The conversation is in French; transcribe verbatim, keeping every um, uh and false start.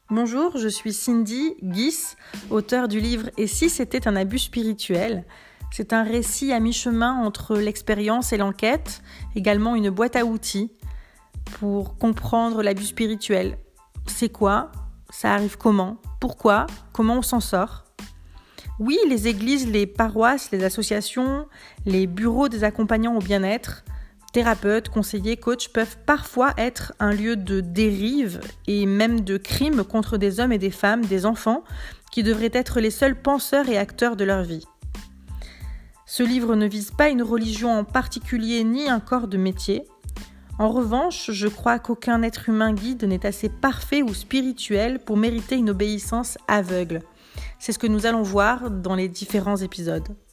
Bonjour, je suis Cindy Guis, auteure du livre « Et si c'était un abus spirituel ?» C'est un récit à mi-chemin entre l'expérience et l'enquête, également une boîte à outils pour comprendre l'abus spirituel. C'est quoi ? Ça arrive comment ? Pourquoi ? Comment on s'en sort ? Oui, les églises, les paroisses, les associations, les bureaux des accompagnants au bien-être, thérapeutes, conseillers, coachs peuvent parfois être un lieu de dérive et même de crime contre des hommes et des femmes, des enfants, qui devraient être les seuls penseurs et acteurs de leur vie. Ce livre ne vise pas une religion en particulier ni un corps de métier. En revanche, je crois qu'aucun être humain guide n'est assez parfait ou spirituel pour mériter une obéissance aveugle. C'est ce que nous allons voir dans les différents épisodes.